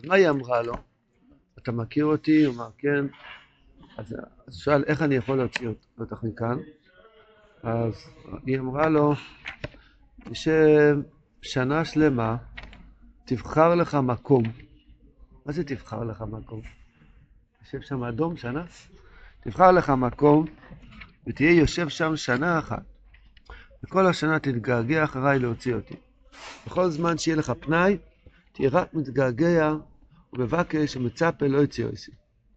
מה היא אמרה לו? אתה מכיר אותי? הוא אמר, כן. אז שאל, איך אני יכול להוציא אותך מכאן? אז היא אמרה לו, ששנה שלמה תבחר לך מקום. מה זה תבחר לך מקום? יושב שם אדום שנה? תבחר לך מקום ותהיה יושב שם שנה אחת. וכל השנה תתגעגע אחריי להוציא אותי. בכל זמן שיהיה לך פנאי, תהיה רק מתגעגע ומבקש ומצפה לא יוציא אותי.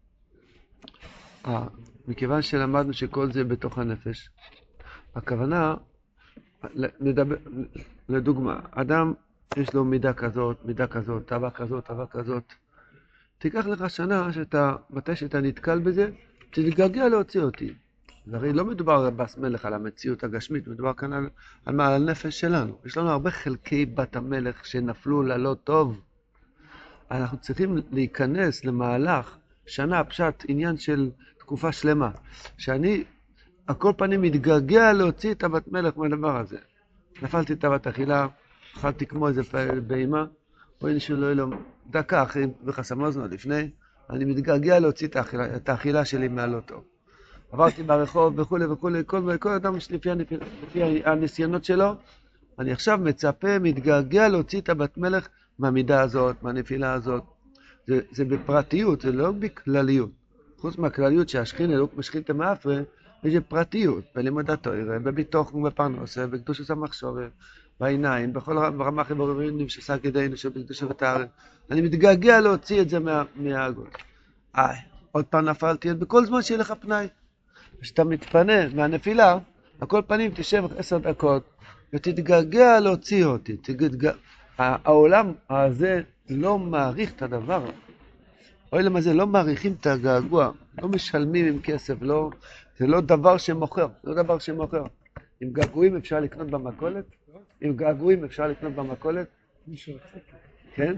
מכיוון שלמדנו שכל זה בתוך הנפש, הכוונה, נדבר, לדוגמה, אדם יש לו מידה כזאת, מידה כזאת, תאווה כזאת, תאווה כזאת. תיקח לך שנה שאתה, מתי שאתה נתקל בזה, תתגעגע להוציא אותי. זה הרי לא מדובר בס מלך על המציאות הגשמית, מדובר כאן על הנפש שלנו. יש לנו הרבה חלקי בת המלך שנפלו ללא טוב. אנחנו צריכים להיכנס למהלך, שנה, פשט, עניין של תקופה שלמה. שאני, על כל פנים מתגעגע להוציא את הבת מלך מהדבר הזה. נפלתי את הבת אכילה, אכלתי כמו איזה בהמה, רואים שלא יהיה לו דקה אחרי וחסם אוזנו לפני, אני מתגעגע להוציא את האכילה שלי מהלא טוב. עברתי ברחוב וכולי וכולי, כל אדם לפי הניסיונות שלו, אני עכשיו מצפה, מתגעגע להוציא את הבת מלך מהמידה הזאת, מהנפילה הזאת. זה בפרטיות, זה לא בכלליות. חוץ מהכלליות שהשכינה לא משכין את המאפרה, יש פרטיות, בלימוד התורה, בביטוח ובפרנסה, בקדושת המחשבה, בעיניים, בכל רמה חיבורים ששק ידינו שבקדושה ותארה. אני מתגעגע להוציא את זה מהגול. עוד פעם נפלתי, בכל זמן שיהיה לך פנאי. כשאתה מתפנה מהנפילה, על כל פנים תשב 10 דקות, ותתגעגע להוציא אותי. העולם הזה לא מעריך את הדבר. אוי למה זה, לא מעריכים את הגעגוע, לא משלמים עם כסף, לא, זה לא דבר שמוכר, זה לא דבר שמוכר. עם געגועים אפשר לקנות במכולת? עם געגועים אפשר לקנות במכולת? כן?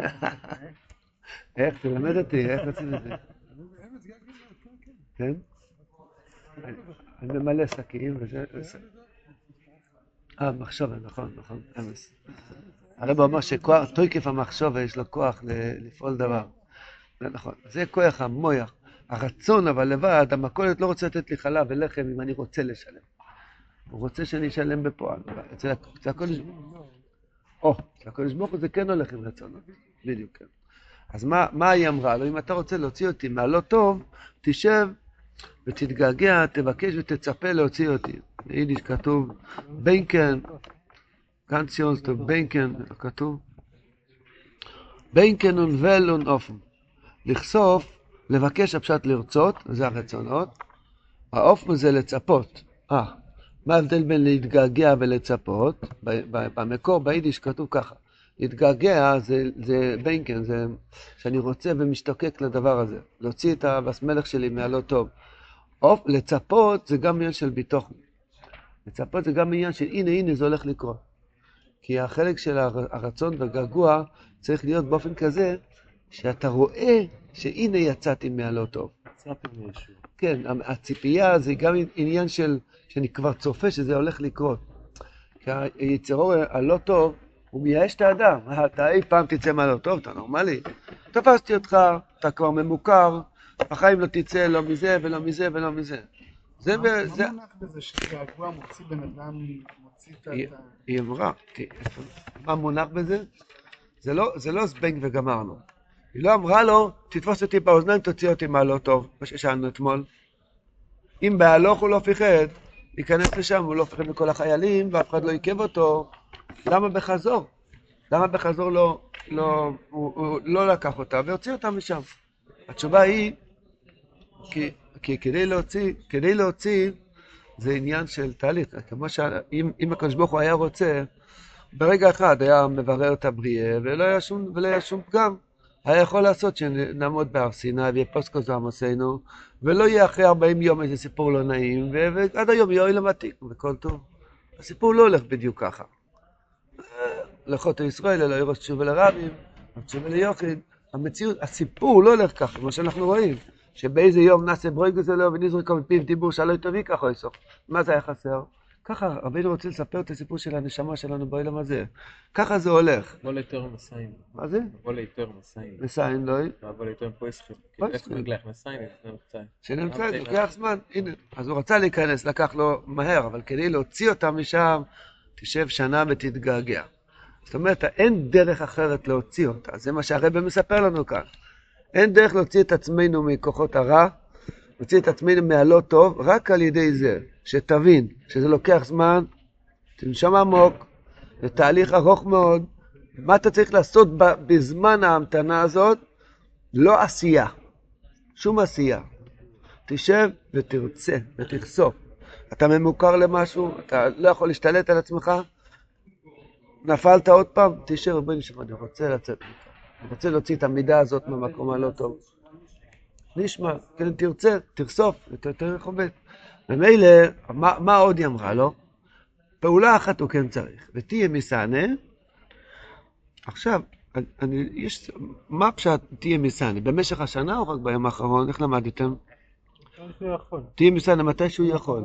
איך? תלמד אותי, איך עושים את זה? כן? אני ממלא שקים וזה... מחשבה, נכון, נכון, אמס. הרב אומר שכוח, תוקף המחשבה יש לו כוח לפעול דבר. זה נכון, זה כוח המויח, הרצון, אבל לבד, המכולת לא רוצה לתת לי חלב ולחם אם אני רוצה לשלם. הוא רוצה שאני אשלם בפועל. אצל הקודש ברוך הוא זה כן הולך עם רצונות, בדיוק כן. אז מה היא אמרה לו? אם אתה רוצה להוציא אותי מהלא טוב, תשב ותתגעגע, תבקש ותצפה להוציא אותי. ביידיש כתוב בינקן, קנציונס טוב בינקן, כתוב בינקן ונבל ונאופן. לחשוף, לבקש הפשט לרצות, זה הרצונות. האופן זה לצפות. מה ההבדל בין להתגעגע ולצפות? במקור ביידיש כתוב ככה. להתגעגע זה בינקן, זה שאני רוצה ומשתוקק לדבר הזה. להוציא את המלך שלי מהלא טוב. לצפות זה גם עניין של ביטוח. לצפות זה גם עניין של הנה זה הולך לקרות. כי החלק של הרצון והגעגוע צריך להיות באופן כזה שאתה רואה שהנה יצאתי מהלא טוב. יצאתי מישהו. כן, הציפייה זה גם עניין של שאני כבר צופה שזה הולך לקרות. כי היצרו הלא טוב הוא מייאש את האדם. אתה אי פעם תצא מהלא טוב, אתה נורמלי. תפסתי אותך, אתה כבר ממוכר, בחיים לא תצא לא מזה ולא מזה ולא מזה. מה מונח בזה שגעגוע מוציא בן אדם, מוציא את ה... היא אמרה, מה מונח בזה? זה לא זבנג וגמרנו. היא לא אמרה לו, תתפוס אותי באוזניים, תוציא אותי מהלא טוב, מה ששאלנו אתמול. אם בהלוך הוא לא פיחד, ייכנס לשם, הוא לא פיחד מכל החיילים, ואף אחד לא עיכב אותו. למה בחזור? למה בחזור הוא לא לקח אותה והוציא אותה משם? התשובה היא, כי כדי להוציא, זה עניין של תהליך. כמו שאם הקדוש ברוך הוא היה רוצה, ברגע אחד היה מברר את הבריאה, ולא היה שום פגם. היה יכול לעשות שנעמוד בהר סיני ויפוסקו זו עמוסנו, ולא יהיה אחרי 40 יום איזה סיפור לא נעים, ועד היום יהיה אוהל המתיק, וכל טוב. הסיפור לא הולך בדיוק ככה. לחוטא ישראל, אלא ירוש תשובה לרבים, תשובה ליוחיד, הסיפור לא הולך ככה, כמו שאנחנו רואים, שבאיזה יום נעשה ברויגוס אלוהו ונזרקו מפיו דיבור שלא יטובי ככה יסוף. מה זה היה חסר? ככה רבינו רוצה לספר את הסיפור של הנשמה שלנו בעולם הזה. ככה זה הולך. בוא ליתר מסעים. מה זה? בוא ליתר מסעים. מסיים, לא? בוא ליתר פויסחים. פויסחים. איך מגלח מסעים? נמצא. שנמצא, לוקח זמן, הנה. אז הוא רצה להיכנס, לקח לו מהר, אבל כדי להוציא אותם משם, תשב שנה ותתגעגע. זאת אומרת, אין דרך אחרת להוציא אותה. זה מה שהרבא מספר לנו כאן. אין דרך להוציא את עצמנו מכוחות הרע, להוציא את עצמנו מהלא טוב, רק על ידי זה, שתבין שזה לוקח זמן, תנשום עמוק, זה תהליך ארוך מאוד. מה אתה צריך לעשות בזמן ההמתנה הזאת? לא עשייה, שום עשייה. תשב ותרצה ותחשוף. אתה ממוכר למשהו, אתה לא יכול להשתלט על עצמך, נפלת עוד פעם, תשב ובואי נשמע, אני רוצה לצאת מכאן. אני רוצה להוציא את המידה הזאת מהמקום הלא טוב. נשמע, כן, תרצה, תחשוף, יותר חובט. ומילא, מה עוד היא אמרה לו? פעולה אחת הוא כן צריך, ותהיה מסענה. עכשיו, מה פשט תהיה מסענה? במשך השנה או רק ביום האחרון? איך למדתם? תהיה מסענה מתי שהוא יכול.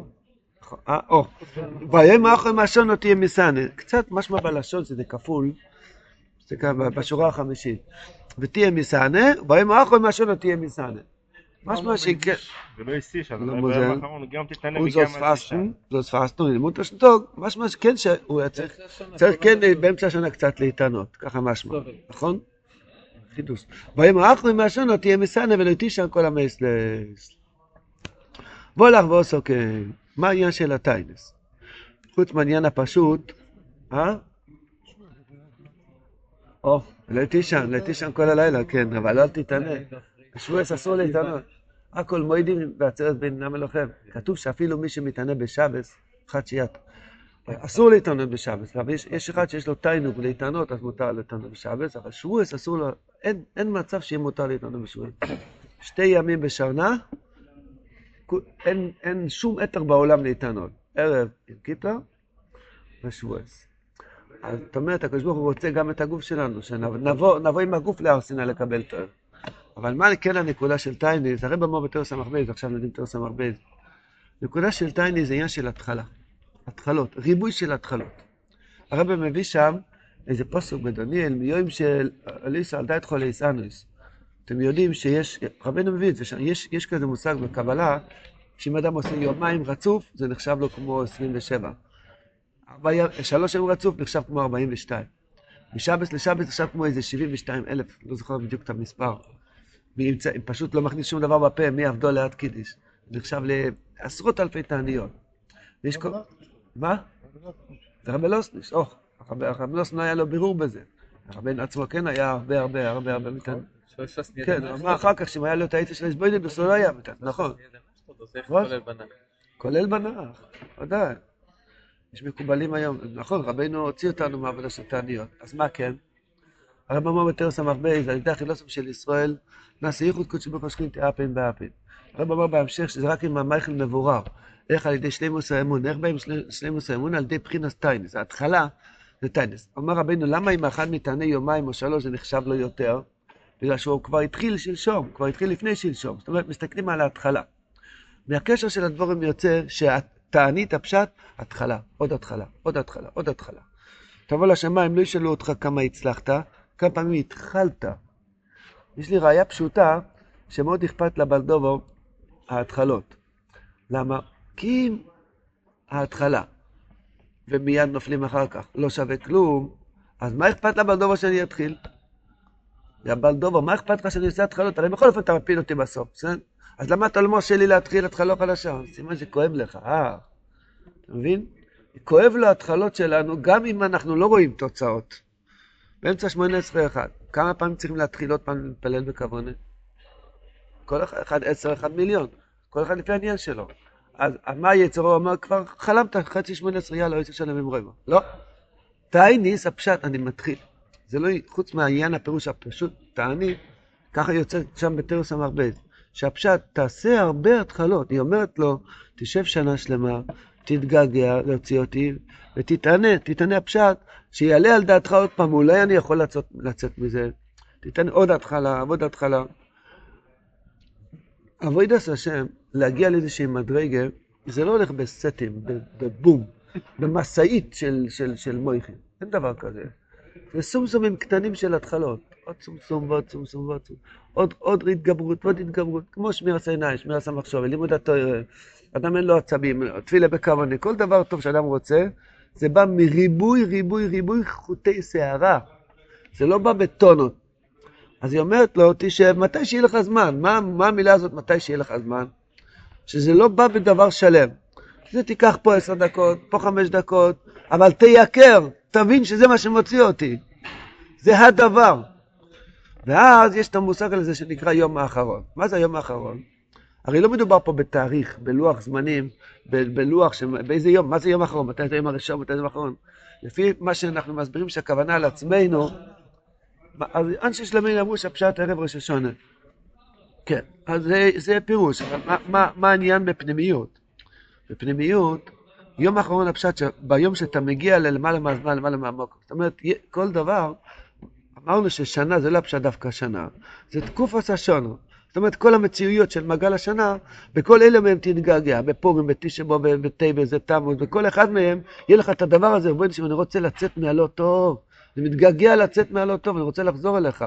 ביום האחרון מהשון לא תהיה מסענה. קצת משמע בלשון שזה כפול, זה בשורה החמישית. ותהיה מסענה, ביום האחרון מהשון לא תהיה מסענה. משמע שכן. זה לא הסיש, אבל ביום האחרון גם תתענה מכמה סישה. זו ספסנו, לימוד השנתוג, משמע שכן שהוא צריך כן באמצע השנה קצת להתענות, ככה משמע, נכון? חידוש. ביום האחרון מהשון לא תהיה מסענה ולא תישן כל המסלס. בוא לך ועושו כן, מה העניין של הטיינס? חוץ מהעניין הפשוט, לא תישן כל הלילה, כן, אבל לא תתענה. שבועס אסור להתענות. הכל מועידים בעצרת בין המלוכם. כתוב שאפילו מי שמתענה בשבס, אחד שיית. אסור להתענות בשבס. אבל יש אחד שיש לו תיינוג להתענות, אז מותר להתענות בשבס, אבל שבועס אסור לו, אין מצב שיהיה מותר להתענות בשבועס. 2 ימים בשנה, אין שום אתר בעולם להתענות. ערב עם כיפה ושבועס. אז זאת אומרת, הקדוש ברוך הוא רוצה גם את הגוף שלנו, שנבוא עם הגוף להר סיני לקבל תואר. אבל מה כן הנקודה של טייניס? הרי במור בתיאור סמך בייז, עכשיו נדעים תיאור סמך בייז. נקודה של טייניס זה עניין של התחלה. התחלות, ריבוי של התחלות. הרב מביא שם איזה פסוק בדניאל, מיום של אליסה על דעת חולי סנויס. אתם יודעים שיש, רבנו מביא את זה, יש כזה מושג בקבלה, שאם אדם עושה יומיים רצוף, זה נחשב לו כמו 27. 3 ימים רצוף נחשב כמו 42. משבס לשבס נחשב כמו איזה 72,000, לא זוכר בדיוק את המספר. הם פשוט לא מכניס שום דבר בפה, מי עבדו ליד קידיש. נחשב לעשרות אלפי תעניות. מה? זה רבי לוסניש, הרבי לוסניש לא היה לו בירור בזה. הרבי עצמו כן היה הרבה מתעניות. כן, מה אחר כך, שאם היה לו את העצה של הסבוידדוס, הוא לא היה מתעניות, נכון. כולל בנח, ודאי. יש מקובלים היום, נכון, רבינו הוציא אותנו מעבודה של תעניות. אז מה כן? הרב אמר בתיאור סמך בייז, על ידי החילוסופים של ישראל, נעשה ייחוד קודשי ברוך השכין תאפין באפין. הרב אמר בהמשך שזה רק עם המייכל מבורר. איך על ידי שלימוס האמון, איך באים שלימוס האמון? על ידי בחינס טיינס. ההתחלה זה טיינס. אמר רבינו, למה אם אחד מתענה יומיים או 3 זה נחשב לו יותר? בגלל שהוא כבר התחיל שלשום, כבר התחיל לפני שלשום. זאת אומרת, מסתכלים על ההתחלה. מהקשר של הדבורים יוצא תענית הפשט, התחלה, עוד התחלה, עוד התחלה, עוד התחלה. תבוא לשמיים, לא ישאלו אותך כמה הצלחת, כמה פעמים התחלת. יש לי ראיה פשוטה, שמאוד אכפת לבלדובו, ההתחלות. למה? כי אם ההתחלה, ומיד נופלים אחר כך, לא שווה כלום, אז מה אכפת לבלדובו שאני אתחיל? לבלדובו, מה אכפת לך שאני עושה התחלות? הרי בכל אופן אתה מפיל אותי בסוף, בסדר? אז למה אתה לא מרשה לי להתחיל התחלות חדשה? סימן שכואב לך, אתה מבין? כואב לו התחלות שלנו, גם אם אנחנו לא רואים תוצאות. באמצע 18-1, כמה פעמים צריכים להתחיל עוד פעם להתפלל בכוונה? כל אחד 10-1 מיליון, כל אחד לפי העניין שלו. אז מה יצרו אומר? כבר חלמת, חצי 18, יאללה, יש לשלם עם רואה. לא, תעניס הפשט, אני מתחיל. זה לא, חוץ מהעניין הפירוש הפשוט, תעני, ככה יוצא שם בתיאור סמך בייז. שהפשט תעשה הרבה התחלות, היא אומרת לו, תשב שנה שלמה, תתגעגע להוציא אותי, תתענה הפשט, שיעלה על דעתך עוד פעם, אולי אני יכול לצאת מזה, תתענה עוד התחלה, עוד התחלה. עבודת השם, להגיע לאיזושהי מדרגה, זה לא הולך בסטים, בבום. במשאית של מויכים. אין דבר כזה. זה סומסומים קטנים של התחלות. עוד סומסום ועוד סומסום ועוד סומסום. עוד התגברות ועוד התגברות. כמו שמיר עשה עיניים, שמיר עשה מחשוב, לימוד התורה. אדם אין לו עצבים, תפילה בכוונה. כל דבר טוב שאדם רוצה, זה בא מריבוי חוטי שערה. זה לא בא בטונות. אז היא אומרת לו, תשב, מתי שיהיה לך זמן? מה המילה הזאת, מתי שיהיה לך זמן? שזה לא בא בדבר שלם. זה תיקח פה 10 דקות, פה 5 דקות, אבל תייקר, תבין שזה מה שמוציא אותי. זה הדבר. ואז יש את המושג על זה שנקרא יום האחרון. מה זה היום האחרון? הרי לא מדובר פה בתאריך, בלוח זמנים, בלוח, באיזה יום, מה זה יום האחרון? מתי זה יום הראשון, מתי זה יום האחרון? לפי מה שאנחנו מסבירים שהכוונה על עצמנו, אז אנשי שלמנו אמרו שהפשט ערב ראש השונה. כן, אז זה פירוש. מה העניין בפנימיות? בפנימיות, יום האחרון הפשט ביום שאתה מגיע למעלה מהזמן, למעלה מהמקום. זאת אומרת, כל דבר, אמרנו ששנה זה לא הפשט דווקא שנה, זה תקופת השונו. זאת אומרת, כל המציאויות של מעגל השנה, בכל אלה מהם תתגעגע, בפורים, בתשבו, בטייבה, זה תמוז, בכל אחד מהם יהיה לך את הדבר הזה, ובואי נשמע, אני רוצה לצאת מהלא טוב, אני מתגעגע לצאת מהלא טוב, אני רוצה לחזור אליך.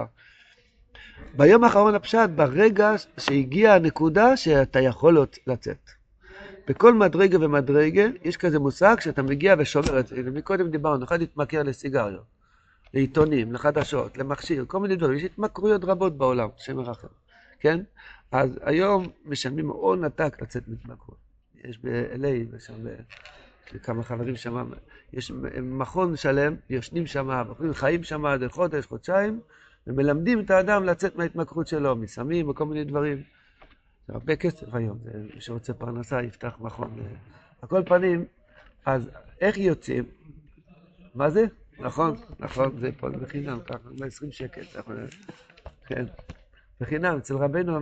ביום האחרון הפשט, ברגע שהגיעה הנקודה שאתה יכול לצאת. בכל מדרגה ומדרגה, יש כזה מושג שאתה מגיע ושובר את זה. ומקודם דיברנו, אחד התמכר לסיגריות, לעיתונים, לחדשות, למכשיר, כל מיני דברים. יש התמכרויות רבות בעולם, שם ירחם. כן? אז היום משלמים הון עתק לצאת מהתמכרות. יש ב-LA, ושם כמה חברים שם, יש מכון שלם, יושנים שם, חיים שם עד חודש, חודשיים, ומלמדים את האדם לצאת מההתמכרות שלו, מסמים וכל מיני דברים. זה הרבה כסף היום, מי שרוצה פרנסה יפתח מכון. על כל פנים, אז איך יוצאים? מה זה? נכון, זה פה בחינם, ככה, 20 שקל. כן, בחינם, אצל רבנו,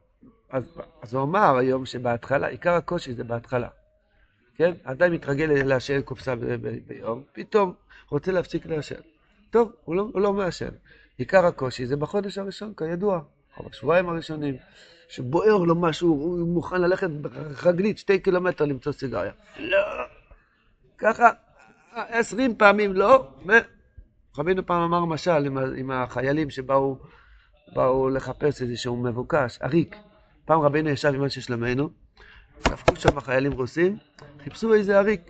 אז הוא אמר היום שבהתחלה, עיקר הקושי זה בהתחלה. כן? אדם מתרגל לעשן קופסה ביום, פתאום רוצה להפסיק לעשן. טוב, הוא לא מעשן. עיקר הקושי זה בחודש הראשון, כידוע, או בשבועיים הראשונים, שבוער לו משהו, הוא מוכן ללכת רגלית 2 קילומטר למצוא סיגריה. לא! ככה, 20 פעמים לא, רבינו פעם אמר משל עם החיילים שבאו לחפש איזשהו מבוקש, אריק. פעם רבינו ישב עם אנשי שלמנו, הפכו שם חיילים רוסים, חיפשו איזה אריק.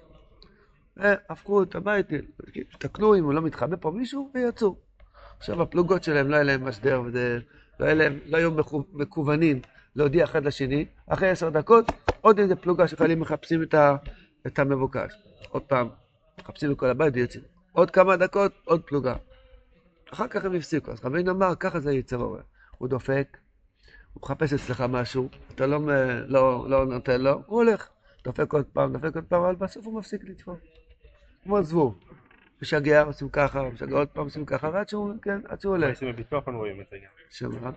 הפכו את הבית, תקנו אם הוא לא מתחבא פה מישהו, ויצאו. עכשיו הפלוגות שלהם לא היה להם משדר, לא היו מקוונים להודיע אחד לשני. אחרי 10 דקות, עוד איזה פלוגה שחיילים מחפשים את המבוקש. עוד פעם, מחפשים את כל הבית ויוצאים. עוד כמה דקות, עוד פלוגה. אחר כך הם הפסיקו. אז רבינו אמר, ככה זה יצא עורר. הוא דופק, הוא מחפש אצלך משהו, אתה לא נותן לו, הוא הולך. דופק עוד פעם, אבל בסוף הוא מפסיק לדפוק. כמו זבוב. משגע, עושים ככה, משגע עוד פעם, עושים ככה, ועד שהוא הולך. עושים בביטוח, אנחנו רואים את העניין. שמה?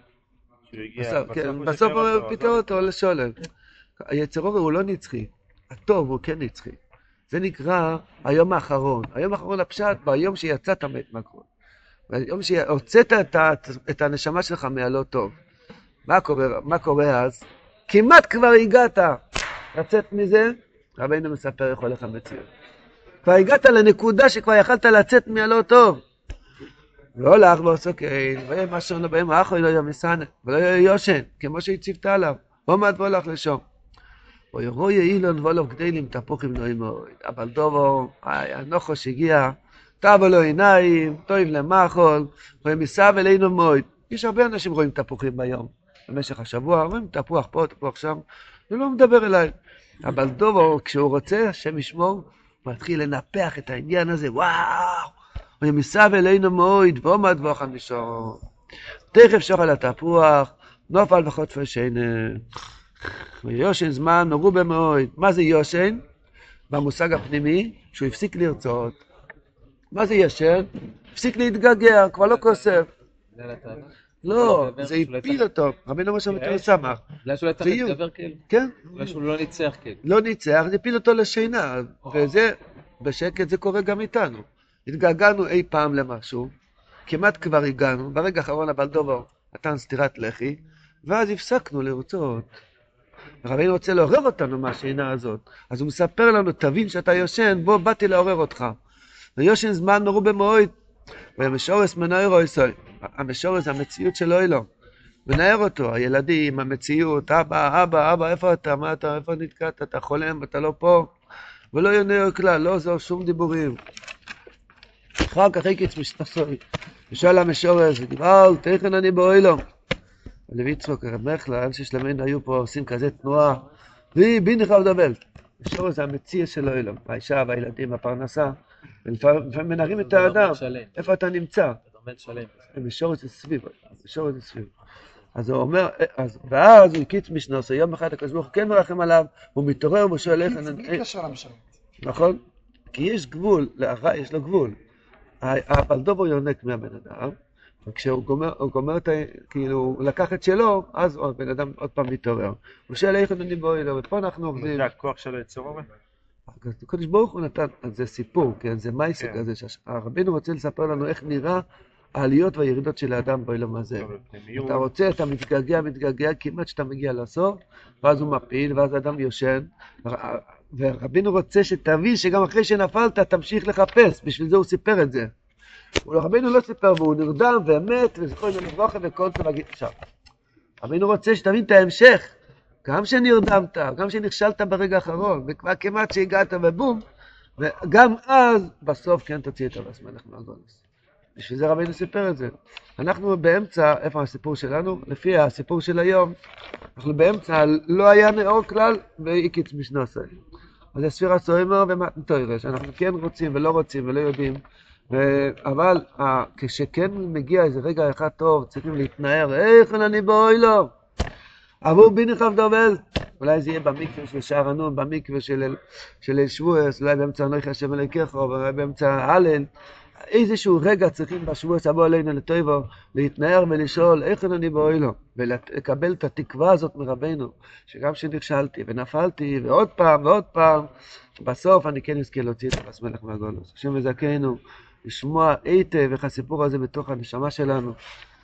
שהוא בסוף הוא פיתר אותו לשולם. היצר עורר הוא לא נצחי, הטוב הוא כן נצחי. זה נקרא היום האחרון. היום האחרון הפשט, ביום שיצאת מהתמכרות. ביום שהוצאת את הנשמה שלך מהלא טוב. מה קורה אז? כמעט כבר הגעת לצאת מזה, רבינו מספר איך הולך המציאות. כבר הגעת לנקודה שכבר יכלת לצאת מהלא טוב. לא לך ועושה כן, ויהיה משהו בהם האחו לא יהיה מסענה, ולא יהיה יושן, כמו שהציבת עליו. עומד והולך לשום. וירוי אילון וולוב גדלים תפוחים נועים מאוד. אבל דובו, הנוחוש הגיע, טבו לו עיניים, טוב למחול, ומסב אלינו מאוד. יש הרבה אנשים רואים תפוחים ביום. במשך השבוע, רואים תפוח פה, תפוח שם, הוא לא מדבר אליי. אבל דובו, כשהוא רוצה, השם ישמור, הוא מתחיל לנפח את העניין הזה, וואו! ומסב אלינו מאוד, ועומד ואוכל משור. תכף שוך על התפוח, נופל וחוטפי שינה. ויושן זמן מרובה מאוד. מה זה יושן? במושג הפנימי, שהוא הפסיק לרצות. מה זה ישן? הפסיק להתגעגע, כבר לא כוסף. לא, זה הפיל אותו. רבינו אמר שם יותר שמח. אולי שהוא לא צריך להתגבר כאילו? כן. אולי שהוא לא ניצח כאילו. לא ניצח, זה הפיל אותו לשינה. וזה, בשקט זה קורה גם איתנו. התגעגענו אי פעם למשהו, כמעט כבר הגענו, ברגע האחרון הבלדובו נתן סטירת לחי, ואז הפסקנו לרצות. רבינו רוצה לעורר אותנו מהשינה הזאת. אז הוא מספר לנו, תבין שאתה יושן, בוא באתי לעורר אותך. ויושן זמן מרובה מאוד, והמשורס מנער אויסוי. המשורס זה המציאות של אוילום. מנער אותו, הילדים, המציאות, אבא, איפה אתה, מה אתה, איפה נתקעת, אתה חולם, אתה לא פה. ולא יונר כלל, לא עוזר שום דיבורים. אחר כך איקיץ משתסוי. ושאל המשורס, ודיבל, תכן אני באוילום. לוי יצחק הרב מחלה, אנשי שלמנו היו פה עושים כזה תנועה, וביניך ודבל. המשורס זה המציע של האילום, האישה והילדים, הפרנסה, ולפעמים מנערים את האדם, איפה אתה נמצא? המשורס זה סביב, המשורס זה סביב. אז הוא אומר, ואז הוא הקיץ משנוס, יום אחד הקדוש ברוך הוא כן מרחם עליו, הוא מתעורר ושואל איך... בלי קשר למשרת. נכון? כי יש גבול, להרע יש לו גבול. הפלדובו יונק מהבן אדם, וכשהוא גומר את, כאילו, הוא לקח את שלו, אז הבן אדם עוד פעם מתעורר. הוא שואל איך אני בואי לו, ופה אנחנו עובדים. זה הכוח שלו יצור הרבה? הקדוש ברוך הוא נתן, זה סיפור, כן, זה מייסק הזה, הרבינו רוצה לספר לנו איך נראה העליות והירידות של האדם בעולם הזה. אתה רוצה, אתה מתגעגע, כמעט שאתה מגיע לסוף, ואז הוא מפיל, ואז האדם יושן, ורבינו רוצה שתבין שגם אחרי שנפלת, תמשיך לחפש, בשביל זה הוא סיפר את זה. רבינו לא סיפר, והוא נרדם ומת, וזכוי לברכה וכל זה להגיד עכשיו. רבינו רוצה שתבין את ההמשך, גם שנרדמת, גם שנכשלת ברגע האחרון, וכבר כמעט שהגעת ובום, וגם אז, בסוף כן תוציא את הבס מלך מהגולוס. בשביל זה רבינו סיפר את זה. אנחנו באמצע, איפה הסיפור שלנו? לפי הסיפור של היום, אנחנו באמצע, לא היה נאור כלל, ואיקיץ משנוסי. אז הספירה סוימר ומתנתוירה, שאנחנו כן רוצים ולא רוצים ולא יודעים, אבל כשכן מגיע איזה רגע אחד טוב, צריכים להתנער, איך אני בואי לו? עבור ביני חבדובל, אולי זה יהיה במקווה של שער הנון, במקווה של שבועס, אולי באמצע נויך השם אלוקיך, אולי באמצע הלל, איזשהו רגע צריכים בשבועס הבוא עלינו לטויבו, להתנער ולשאול, איך אני בואי לו? ולקבל את התקווה הזאת מרבנו, שגם שנכשלתי ונפלתי, ועוד פעם, בסוף אני כן אזכה להוציא את הבס מלך מהגולוס. השם יזכנו, לשמוע היטב איך הסיפור הזה בתוך הנשמה שלנו.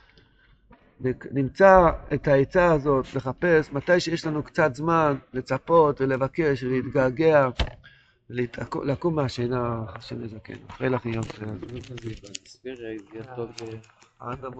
נמצא את העצה הזאת, לחפש מתי שיש לנו קצת זמן, לצפות ולבקש ולהתגעגע, לקום מהשינה, השם יזכנו. אחרי לך יום. ספירה, זה טוב.